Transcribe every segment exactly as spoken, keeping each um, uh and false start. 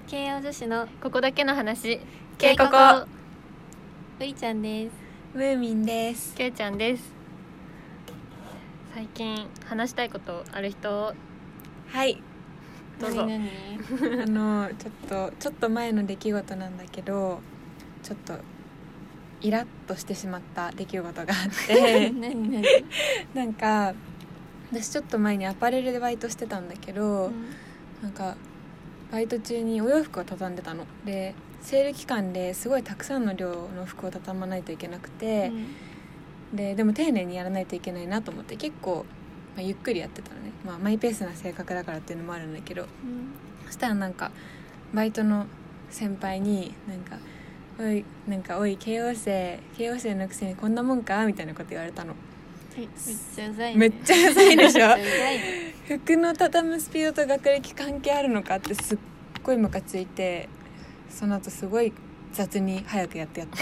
慶応女子のここだけの話、 けいこここういちゃんです。 ムーミンです。 けいちゃんです。最近話したいことある人、 はいどうぞ。 何あのちょっとちょっと前の出来事なんだけど、ちょっとイラッとしてしまった出来事があって何何なんか私ちょっと前にアパレルでバイトしてたんだけど、 うんなんかバイト中にお洋服を畳んでたので、セール期間ですごいたくさんの量の服を畳まないといけなくて、 うんででも丁寧にやらないといけないなと思って結構、まあ、ゆっくりやってたのね、まあ、マイペースな性格だからっていうのもあるんだけど、 うんそしたらなんかバイトの先輩になんかおいなんかおい慶応生慶応生のくせにこんなもんかみたいなこと言われたの。 めっちゃうざいね。 めっちゃうざいでしょめっちゃうざいね。 服の畳むスピードと学歴関係あるのかってすっごいムカついて、その後すごい雑に早くやってやった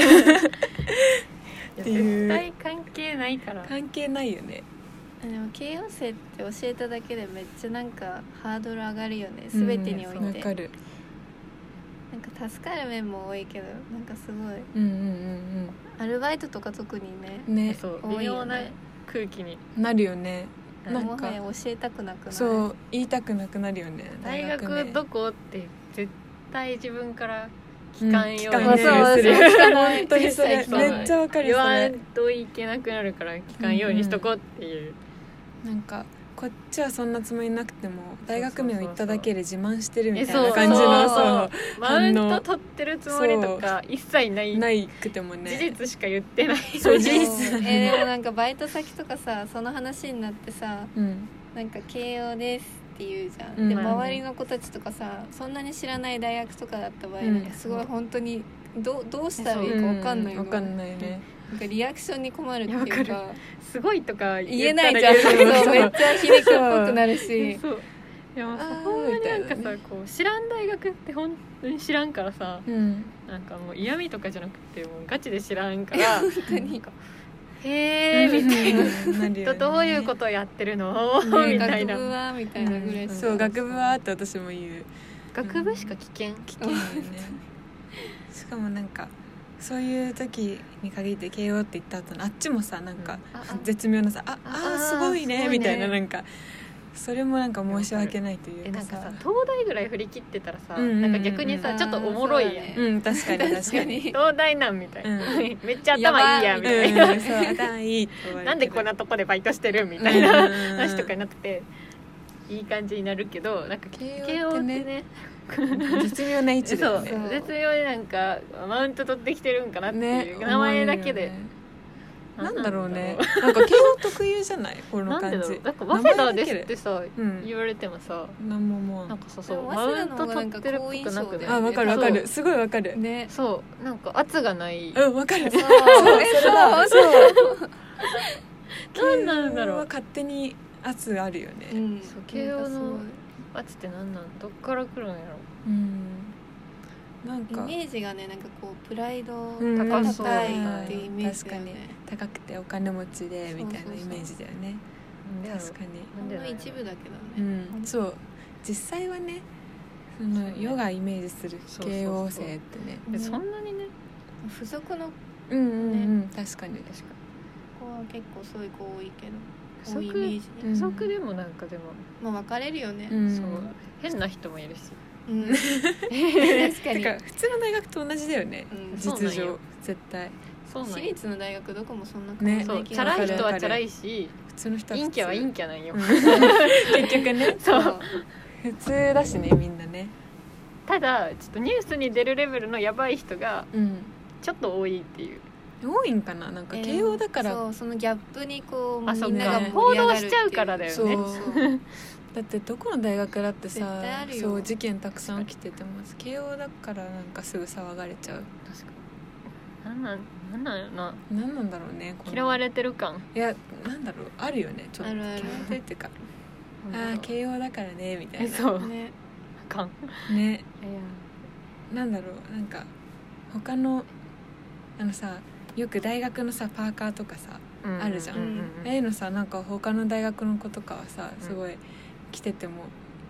っていう絶対関係ないから。 関係ないよね。 でも慶応生って教えただけでめっちゃなんかハードル上がるよね。すべてにおいて。 うんわかる。 なんか助かる面も多いけど、なんかすごいうんうんアルバイトとか特にねうんねそう、 多いよ微妙なね空気に。 なるよね。なんかもはや教えたくなくない？ そう言いたくなくなるよね。 大学名どこって絶対自分から聞かんようにうん聞かんする。 ようにする聞かない本当にそれ一切聞かないめっちゃわかる言わそれんといけなくなるから聞かんようにしとこうっていう。 なんかこっちはそんなつもりなくても大学名を言っただけで自慢してるみたいえそうな感じのそうそうマウント取ってるつもりとか一切ないないくてもね事実しか言ってない。 そう事そう実えーでもなんかバイト先とかさその話になってさうんなんか慶応ですって言うじゃん、 うんでまあね周りの子たちとかさそんなに知らない大学とかだった場合、 うんなんかすごい本当にどうどうしたらいいか分かんないの、 分かんないね。 なんかリアクションに困るっていいやわかるうかすごいとか言言ったらえないじゃん。そう言うめっちゃ皮肉っぽくなるしそういやもうあーほんまになんかさみたいなねこう知らん大学って本当に知らんからさ、 うんなんかもう嫌味とかじゃなくてもうガチで知らんから本当になんかへーみたいな、 なるよね。 とどういうことやってるの、 ねみたいな。 学部はみたいなぐらいしか、 うんそう学部はって私も言う。 学部しか聞けん。 危険だよね。しかもなんかそういう時に限って慶応って言った後のあっちもさなんかうんああ絶妙なさあああすごいねすごいねみたいななんかそれもなんか申し訳ないといえうかさなんかさ東大ぐらい振り切ってたらさ、 うんうんうんなんか逆にさちょっとおもろいやん、 あーそうだねうん確かに確かに東大なんみたいな、 うんめっちゃ頭いいややばみたいな、 うんそう頭いいと言われてるなんでこんなとこでバイトしてるみたいなうんうんうん話とかになってていい感じになるけどなんか慶応ってね慶応ってね絶妙な位置だよねそう絶妙になんかマウント取ってきてるんかなってねいう、名前だけで、 なんだろうねなんか慶応特有じゃないこのなんで感じだろうなんか早稲田ですってさ、 うん言われてもさなんももうなんかさそうでもマウント早稲田の方が取ってるっぽくなくてあわかるわかるすごいわかるねそうなんか圧がない、 うんわかるそうえそれだそうなんなんだろう慶応は勝手に圧あるよねうんそう慶応の圧ってなんなんどっから来るんやろうんなんかイメージがねなんかこうプライドうんが高そう高いっていうイメージ確かにだよね、 高くてお金持ちでみたいそうそうそうなイメージだよねなんでやろ確かになんでなんやろほんの一部だけどうね、 んそう実際はねその世がイメージするそうそうそう慶応生ってねでそんなにね付属のうんうんうん確かに確かに子は結構そういう子多いけど付属多いイメージね、 うん付属でもなんかでも、 まあ分かれるよね、 うんそう変な人もいるしうん、確かにてか普通の大学と同じだよねうん実そうなんよ情絶対そうなんよ私立の大学どこもそんなねそうチャ変わらない気がするラい人はチャラいし普通の人は普通陰キャは陰キャなんよ、 うん結局ねそう普通だしねみんなねただちょっとニュースに出るレベルのやばい人がうんちょっと多いっていう多いんかななんかえー慶応だからそうそのギャップにこうあそっかみんなが盛報り上がるっていう道しちゃうからだよねそうそうだってどこの大学だって絶さ対あるよそう事件たくさん起きてても慶応だからなんかすぐ騒がれちゃう確かになんなんなんなんやろな何なんだろうねこの嫌われてる感いやなんだろうあるよねちょっとあるある嫌われてるっていうかああなんだろう慶応だからねみたいなえそうねあかんねいやなんだろうなんか他のあのさよく大学のさパーカーとかさうんあるじゃんううああいうのさなんか他の大学の子とかはさうんすごい着てても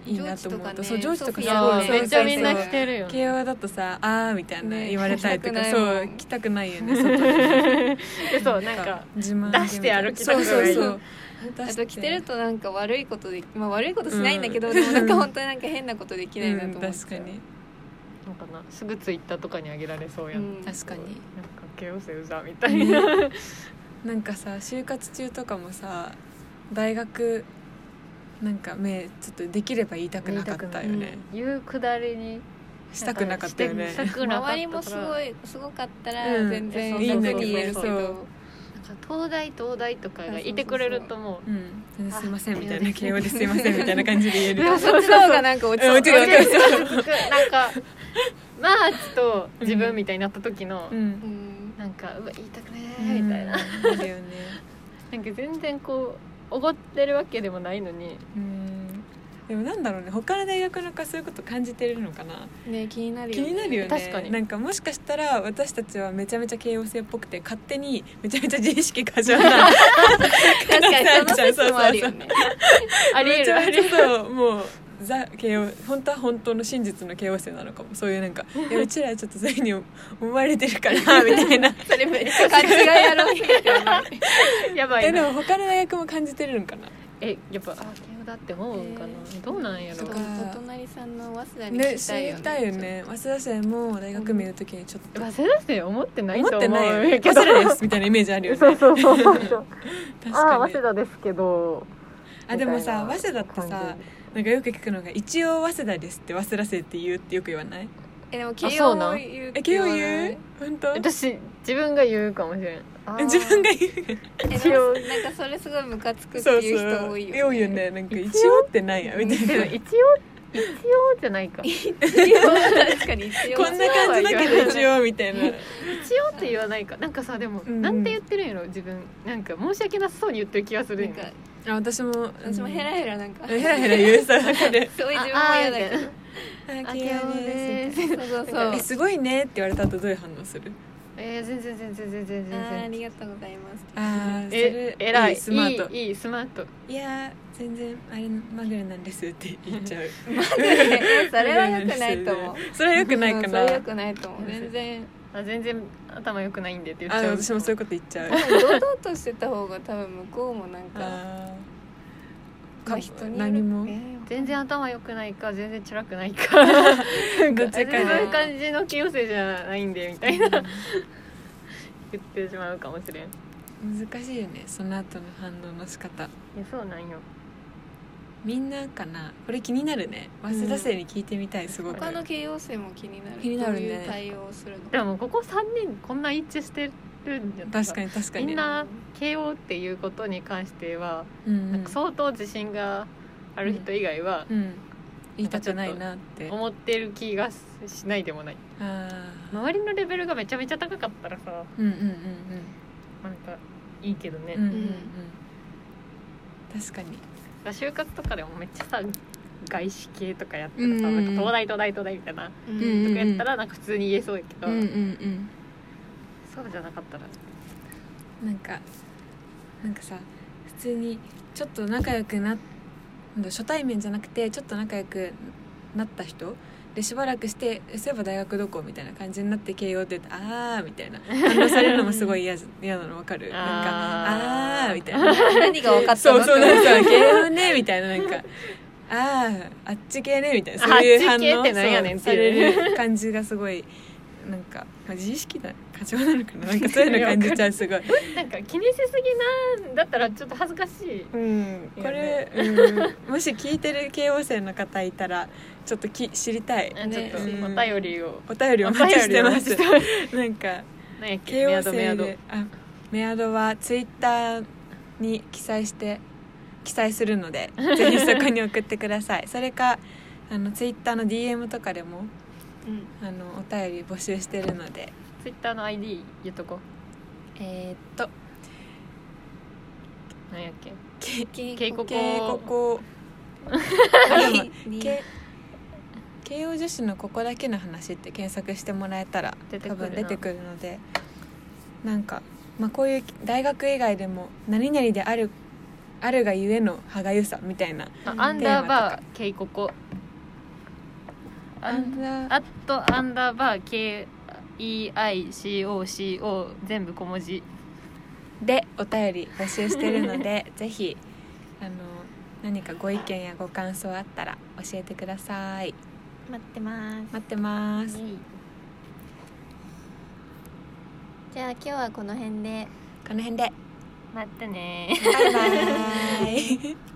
いいなと思うと、 上智とかねそう上智とかいすごやいめっちゃみんな来てるよね慶応だとさあーみたいなね言われたりとか、 来たくないもんそう来たくないよね外にでそうなんか自慢出して歩きたくないそうそうそうあと着てるとなんか悪いことで、まあ、悪いことしないんだけど、うん、でもなんか本当になんか変なことできないなと思っちゃう、 うん、確かになんかなすぐツイッターとかにあげられそうやん、 うん、 確かになんか慶応生うざみたいな、 ね、なんかさ就活中とかもさ大学なんか目ちょっとできれば言いたくなかったよね、 うん、言うくだりにしたくなかったよね。 周りもすごいすごかったら全然楽に言えるけど、 うん、東大東大とかがいてくれるともう、 うん、すいませんみたいな慶応ですいませんみたいな感じで言える。 そっちの方がなんか落ち着く。 なんかマーチと自分みたいになった時の、うん、なんかうわ言いたくねーみたいな、 うん、だよね。 なんか全然こうおごってるわけでもないのに。 うん、でもなんだろうね、他の大学のかそういうこと感じてるのかな。 ね、気になるよね。 気になるよね。 確かに。 なんかもしかしたら私たちはめちゃめちゃ慶応生っぽくて勝手にめちゃめちゃ自意識過剰な確かにその説もあるよね。 ありえるありえる。 そうもうザ慶応本当は本当の真実の慶応生なのかも。そういうなんかいやうちらはちょっとそういうふうに思われてるからみたいな。 それめっちゃ勘違いやろうやばいな。 えでも他の大学も感じてるのかな。 えやっぱあ慶応だって思うかな、えー、どうなんやろう。 お隣さんの早稲田にね、 来たいよね。 知りたいよね。早稲田生も大学見るときにちょっと、 うん、早稲田生思ってないと思う。 思ってないよ。早稲田ですみたいなイメージあるよね。 そうそうそうそう確かに。あ早稲田ですけど。 あでもさ早稲田ってさなんかよく聞くのが一応早稲田ですって早稲田生って言うってよく言わない？ えでも慶応も言うって言わない？ え慶応言う？本当？ 私自分が言うかもしれん。 自分が言う。 えでもなんかそれすごいムカつくっていう人多いよね。 多いよね。なんか一応ってないやみたいな。 一応一応じゃないか。 一応確かに一応こんな感じだけど一応みたいな。 一応って言わないか。なんかさでも、うん、なんて言ってるんやろ自分。なんか申し訳なさそうに言ってる気がするんや。 あ私も私もヘラヘラなんかヘラヘラ言うさそういう自分も嫌だけど。 あ慶応ですそうそうそう。 えすごいねって言われた後どういう反応する？ えー、全然全然全然全然あありがとうございます。 ああえ偉いいスマートいいいスマート。 いや全然あれまぐれなんですって言っちゃう。 まぐれそれは良くないと思う。 それは良くないかな。 それは良くないと思う。全然あ全然頭良くないんでって言っちゃう。 あ私もそういうこと言っちゃう。 堂々としてた方が多分向こうもなんかか人に何も、えー、全然頭良くないか全然辛くないかどっちかそういう感じの清瀬じゃないんでみたいな、うん、言ってしまうかもしれん。 難しいよねその後の反応の仕方。いやそうなんよ。 みんなかなこれ気になるね。早稲田生に聞いてみたい、うん、すごく。 他の慶応生も気になる。 気になるね。 どういう対応をするの。 でもここさんにんこんな一致してるんじゃない。 確かに確かに。 みんな慶応っていうことに関しては、 うんうん、 なんか相当自信がある人以外は、 うんうん、言いたくないなって思ってる気がしないでもない。 あ周りのレベルがめちゃめちゃ高かったらさ、 うんうんうんうん、 なんかいいけどね、 うんうんうん、確かに。 就活とかでもめっちゃさ外資系とかやったらさ、うんうんうん、なんか東大東大東大みたいな、うんうんうん、とかやったらなんか普通に言えそうやけど、 うんうんうん、 そうじゃなかったらなんかなんかさ普通にちょっと仲良くなっ初対面じゃなくてちょっと仲良くなった人でしばらくしてそういえば大学どこみたいな感じになって慶応って言ってあーみたいな反応されるのもすごい嫌嫌なの分かる。なんかあーみたいな何が分かったの。 そうそうなんか慶応ねみたいななんかあーあっち系ねみたいなそういう反応される感じがすごいなんか、まあ、自意識だ過剰なのかななんかそういうの感じちゃうすごいなんか気にしすぎなんだったらちょっと恥ずかしい、 うん、これ、うん、もし聞いてる慶応生の方いたらちょっとき知りたい、 ね、ちょっとお便りをお便りをお待ちしてますなんか何やっけ慶応生であメアドはツイッターに記載して記載するのでぜひそこに送ってくださいそれかあのツイッターの ディーエム とかでもうん、あのお便り募集してるのでツイッターの アイディー 言っとこう。 えー、っと何やっけけけいここけいここ慶応女子のここだけの話って検索してもらえたら多分出てくるのでなんか、まあ、こういう大学以外でも何々であるあるがゆえの歯がゆさみたいなアンダーバーけいここアンダーアットアンダーバー ケーイーアイシーオーシーオー 全部小文字でお便り募集してるのでぜひあの何かご意見やご感想あったら教えてください。 待ってます。 待ってます。 じゃあ今日はこの辺で。 この辺で待ってねバイバイ